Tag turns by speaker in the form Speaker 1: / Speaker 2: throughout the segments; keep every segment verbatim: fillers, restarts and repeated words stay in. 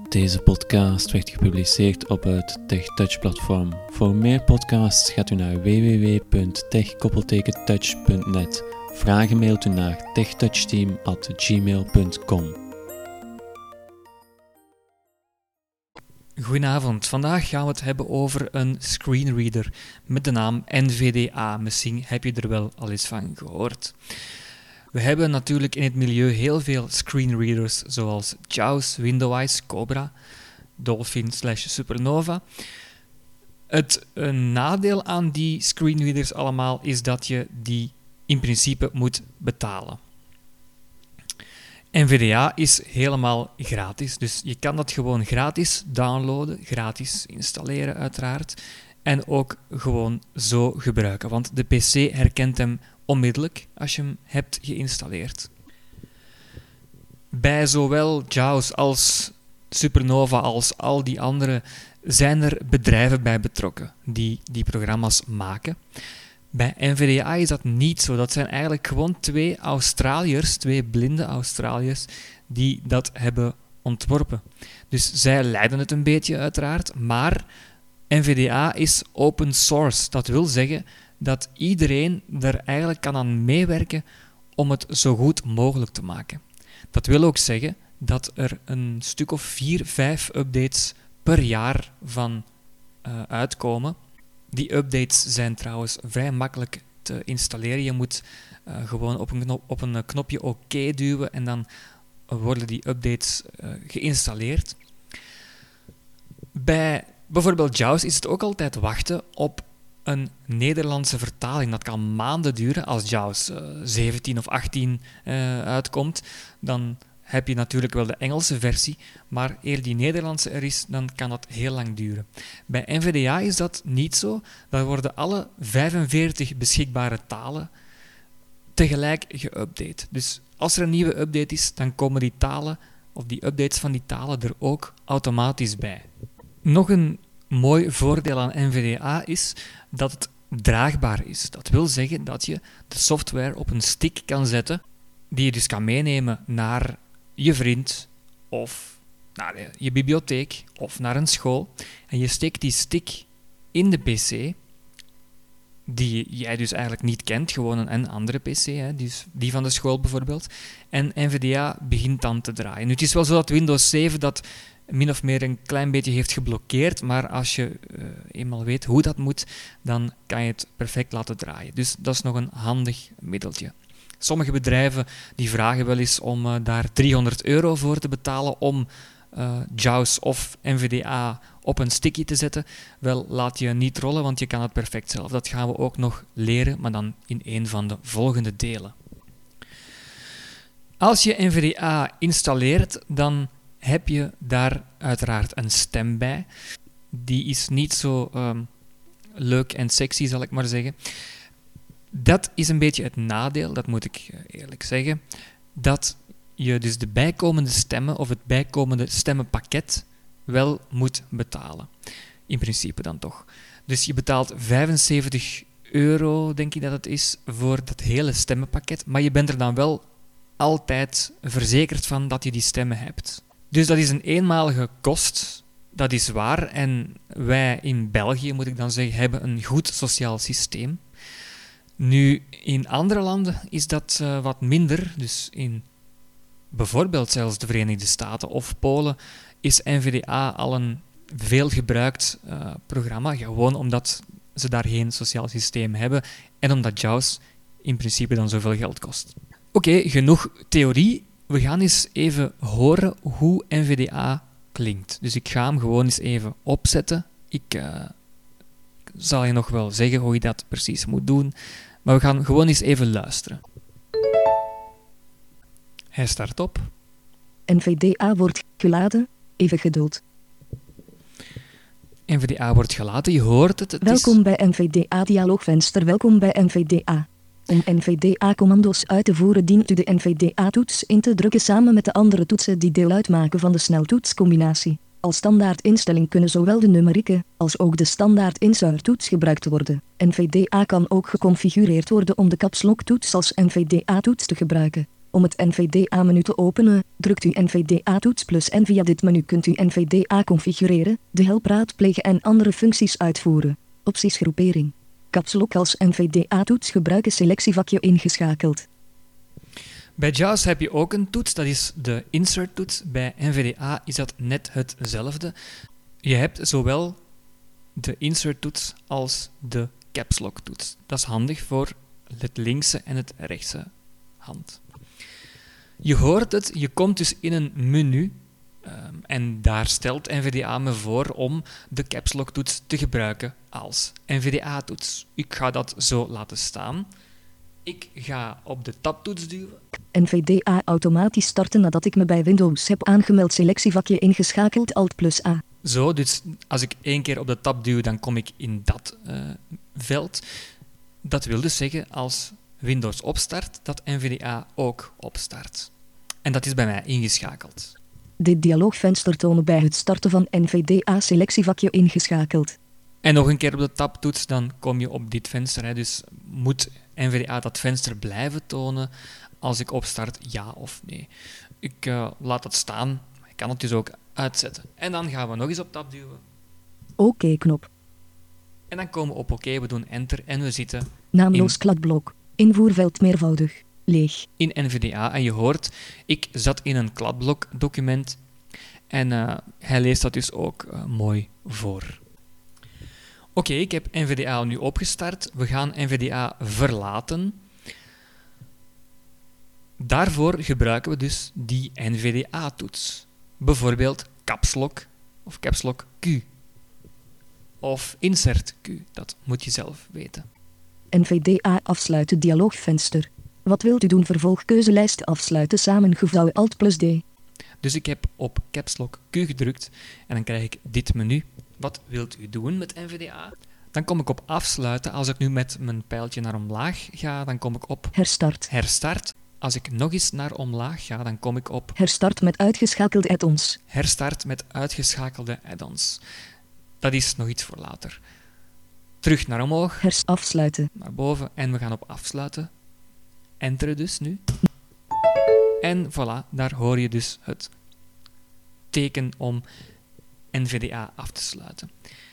Speaker 1: Deze podcast werd gepubliceerd op het TechTouch-platform. Voor meer podcasts gaat u naar w w w punt tech touch punt net. Vragen mailt u naar techtouchteam at gmail punt com.
Speaker 2: Goedenavond, vandaag gaan we het hebben over een screenreader met de naam N V D A. Misschien heb je er wel al eens van gehoord. We hebben natuurlijk in het milieu heel veel screenreaders zoals JAWS, Windowyes, Cobra, Dolphin slash Supernova. Het uh, nadeel aan die screenreaders allemaal is dat je die in principe moet betalen. N V D A is helemaal gratis, dus je kan dat gewoon gratis downloaden, gratis installeren uiteraard, en ook gewoon zo gebruiken, want de P C herkent hem onmiddellijk als je hem hebt geïnstalleerd. Bij zowel JAWS als Supernova als al die andere zijn er bedrijven bij betrokken die die programma's maken. Bij N V D A is dat niet zo. Dat zijn eigenlijk gewoon twee Australiërs, twee blinde Australiërs, die dat hebben ontworpen. Dus zij leiden het een beetje uiteraard, maar N V D A is open source. Dat wil zeggen dat iedereen er eigenlijk kan aan meewerken om het zo goed mogelijk te maken. Dat wil ook zeggen dat er een stuk of vier, vijf updates per jaar van uh, uitkomen. Die updates zijn trouwens vrij makkelijk te installeren. Je moet uh, gewoon op een, knop, op een knopje oké duwen en dan worden die updates uh, geïnstalleerd. Bij bijvoorbeeld JAWS is het ook altijd wachten op een Nederlandse vertaling. Dat kan maanden duren. Als JAWS uh, zeventien of achttien uh, uitkomt, dan heb je natuurlijk wel de Engelse versie, maar eer die Nederlandse er is, dan kan dat heel lang duren. Bij N V D A is dat niet zo. Daar worden alle vijfenveertig beschikbare talen tegelijk geüpdate. Dus als er een nieuwe update is, dan komen die talen, of die updates van die talen, er ook automatisch bij. Nog een mooi voordeel aan N V D A is dat het draagbaar is. Dat wil zeggen dat je de software op een stick kan zetten, die je dus kan meenemen naar je vriend of naar je bibliotheek of naar een school. En je steekt die stick in de P C, die jij dus eigenlijk niet kent, gewoon een, een andere P C, hè, dus die van de school bijvoorbeeld. En N V D A begint dan te draaien. Nu, het is wel zo dat Windows zeven dat min of meer een klein beetje heeft geblokkeerd, maar als je uh, eenmaal weet hoe dat moet, dan kan je het perfect laten draaien. Dus dat is nog een handig middeltje. Sommige bedrijven die vragen wel eens om uh, daar driehonderd euro voor te betalen om uh, JAWS of N V D A op een sticky te zetten. Wel, laat je niet rollen, want je kan het perfect zelf. Dat gaan we ook nog leren, maar dan in een van de volgende delen. Als je N V D A installeert, dan heb je daar uiteraard een stem bij. Die is niet zo um, leuk en sexy, zal ik maar zeggen. Dat is een beetje het nadeel, dat moet ik eerlijk zeggen, dat je dus de bijkomende stemmen of het bijkomende stemmenpakket wel moet betalen. In principe dan toch. Dus je betaalt vijfenzeventig euro, denk ik dat het is, voor dat hele stemmenpakket, maar je bent er dan wel altijd verzekerd van dat je die stemmen hebt. Dus dat is een eenmalige kost, dat is waar. En wij in België, moet ik dan zeggen, hebben een goed sociaal systeem. Nu, in andere landen is dat uh, wat minder. Dus in bijvoorbeeld zelfs de Verenigde Staten of Polen is N V D A al een veel gebruikt uh, programma. Gewoon omdat ze daar geen sociaal systeem hebben en omdat JAWS in principe dan zoveel geld kost. Oké, okay, genoeg theorie. We gaan eens even horen hoe N V D A klinkt. Dus ik ga hem gewoon eens even opzetten. Ik uh, zal je nog wel zeggen hoe je dat precies moet doen. Maar we gaan gewoon eens even luisteren. Hij start op.
Speaker 3: N V D A wordt geladen. Even geduld.
Speaker 2: N V D A wordt gelaten. Je hoort het. het
Speaker 3: Welkom
Speaker 2: is...
Speaker 3: bij N V D A dialoogvenster. Welkom bij N V D A. Om N V D A-commando's uit te voeren dient u de N V D A-toets in te drukken samen met de andere toetsen die deel uitmaken van de sneltoetscombinatie. Als standaardinstelling kunnen zowel de numerieke als ook de standaard insuertoets gebruikt worden. N V D A kan ook geconfigureerd worden om de caps lock toets als N V D A-toets te gebruiken. Om het N V D A-menu te openen, drukt u N V D A-toets plus en via dit menu kunt u N V D A configureren, de help raadplegen en andere functies uitvoeren. Opties groepering. Caps Lock als N V D A-toets gebruiken selectievakje ingeschakeld.
Speaker 2: Bij JAWS heb je ook een toets, dat is de insert-toets. Bij N V D A is dat net hetzelfde. Je hebt zowel de insert-toets als de caps lock-toets. Dat is handig voor het linkse en het rechtse hand. Je hoort het, je komt dus in een menu um, en daar stelt N V D A me voor om de caps lock-toets te gebruiken als N V D A-toets. Ik ga dat zo laten staan. Ik ga op de tabtoets duwen.
Speaker 3: N V D A automatisch starten nadat ik me bij Windows heb aangemeld, selectievakje ingeschakeld, Alt plus A.
Speaker 2: Zo, dus als ik één keer op de tab duw, dan kom ik in dat uh, veld. Dat wil dus zeggen, als Windows opstart, dat N V D A ook opstart. En dat is bij mij ingeschakeld.
Speaker 3: Dit dialoogvenster tonen bij het starten van N V D A selectievakje ingeschakeld.
Speaker 2: En nog een keer op de tabtoets, dan kom je op dit venster. Hè. Dus moet N V D A dat venster blijven tonen als ik opstart, ja of nee. Ik uh, laat dat staan. Ik kan het dus ook uitzetten. En dan gaan we nog eens op tab duwen.
Speaker 3: Oké-knop.
Speaker 2: En dan komen we op oké, we doen enter en we zitten
Speaker 3: Naamloos
Speaker 2: in,
Speaker 3: kladblok. Invoerveld meervoudig. Leeg.
Speaker 2: in N V D A. En je hoort, ik zat in een kladblok document en uh, hij leest dat dus ook uh, mooi voor. Oké, okay, ik heb N V D A nu opgestart. We gaan N V D A verlaten. Daarvoor gebruiken we dus die N V D A-toets. Bijvoorbeeld caps lock of caps lock Q. Of insert Q, dat moet je zelf weten.
Speaker 3: N V D A afsluiten dialoogvenster. Wat wilt u doen? Vervolgkeuzelijst afsluiten samengevouwen Alt plus D.
Speaker 2: Dus ik heb op caps lock Q gedrukt en dan krijg ik dit menu. Wat wilt u doen met N V D A? Dan kom ik op afsluiten. Als ik nu met mijn pijltje naar omlaag ga, dan kom ik op
Speaker 3: herstart.
Speaker 2: herstart. Als ik nog eens naar omlaag ga, dan kom ik op
Speaker 3: herstart met uitgeschakelde add-ons.
Speaker 2: Herstart met uitgeschakelde add-ons. Dat is nog iets voor later. Terug naar omhoog.
Speaker 3: Hers afsluiten.
Speaker 2: Naar boven en we gaan op afsluiten. Enteren dus nu. En voilà, daar hoor je dus het teken om N V D A af te sluiten.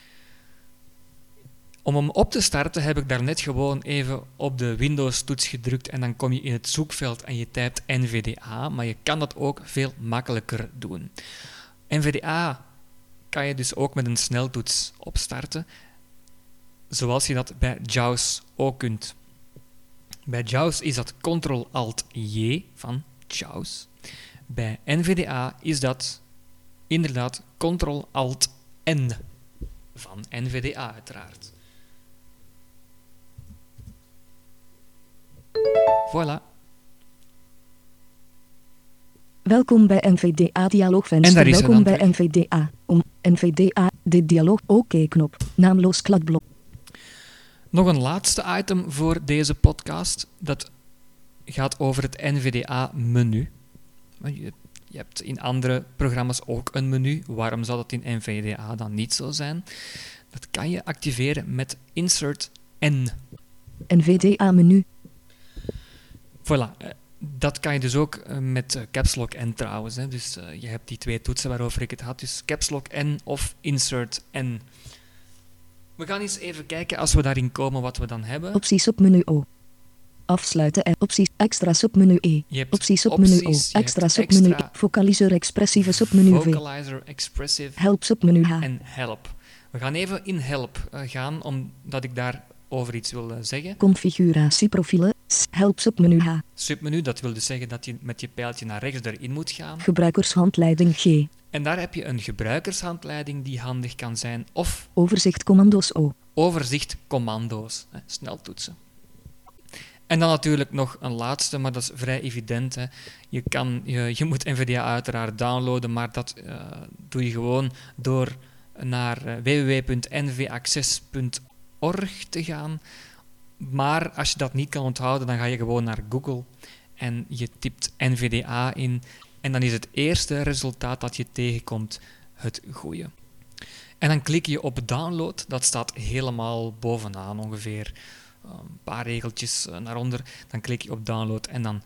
Speaker 2: Om hem op te starten heb ik daarnet gewoon even op de Windows-toets gedrukt en dan kom je in het zoekveld en je typt N V D A, maar je kan dat ook veel makkelijker doen. N V D A kan je dus ook met een sneltoets opstarten, zoals je dat bij JAWS ook kunt. Bij JAWS is dat control alt J van JAWS. Bij N V D A is dat inderdaad control alt N van N V D A uiteraard. Voilà.
Speaker 3: Welkom bij N V D A dialoogvenster. Welkom bij N V D A. Om N V D A dit dialoog oké-knop. Naamloos kladblok.
Speaker 2: Nog een laatste item voor deze podcast. Dat gaat over het N V D A-menu. Je, je hebt in andere programma's ook een menu. Waarom zou dat in N V D A dan niet zo zijn? Dat kan je activeren met Insert N.
Speaker 3: N V D A-menu.
Speaker 2: Voilà. Dat kan je dus ook met Caps Lock N trouwens. Hè. Dus uh, je hebt die twee toetsen waarover ik het had. Dus Caps Lock N of Insert N. We gaan eens even kijken als we daarin komen wat we dan hebben.
Speaker 3: Opties op menu O. Afsluiten en opties extra submenu E. Opties op menu O. Extra submenu E. Vocalizer expressieve submenu V.
Speaker 2: Vocalizer expressive.
Speaker 3: Help submenu H.
Speaker 2: En help. We gaan even in help uh, gaan, omdat ik daar over iets wil uh, zeggen.
Speaker 3: Configuratieprofielen. Help submenu H.
Speaker 2: Submenu, dat wil dus zeggen dat je met je pijltje naar rechts erin moet gaan.
Speaker 3: Gebruikershandleiding G.
Speaker 2: En daar heb je een gebruikershandleiding die handig kan zijn. Of
Speaker 3: overzicht commando's O.
Speaker 2: Overzicht commando's. Hè, sneltoetsen. En dan natuurlijk nog een laatste, maar dat is vrij evident. Hè. Je, kan, je, je moet N V D A uiteraard downloaden, maar dat uh, doe je gewoon door naar uh, w w w punt n v access punt org te gaan. Maar als je dat niet kan onthouden, dan ga je gewoon naar Google en je typt N V D A in. En dan is het eerste resultaat dat je tegenkomt het goede. En dan klik je op download. Dat staat helemaal bovenaan ongeveer. Een paar regeltjes naar onder. Dan klik je op download en dan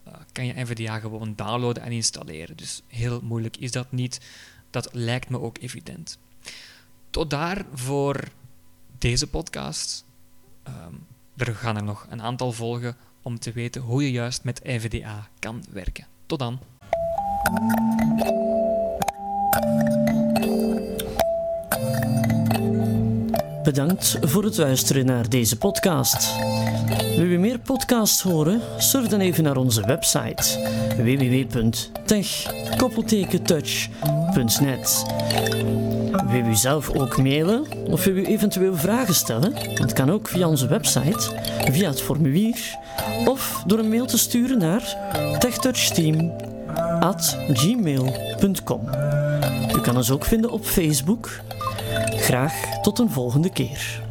Speaker 2: uh, kan je N V D A gewoon downloaden en installeren. Dus heel moeilijk is dat niet. Dat lijkt me ook evident. Tot daar voor deze podcast. Um, er gaan er nog een aantal volgen om te weten hoe je juist met N V D A kan werken. Tot dan.
Speaker 4: Bedankt voor het luisteren naar deze podcast. Wil je meer podcasts horen? Surf dan even naar onze website w w w punt tech touch punt net. Wil u zelf ook mailen of wil u eventueel vragen stellen? Dat kan ook via onze website, via het formulier of door een mail te sturen naar techtouchteam at gmail punt com. U kan ons ook vinden op Facebook. Graag tot een volgende keer.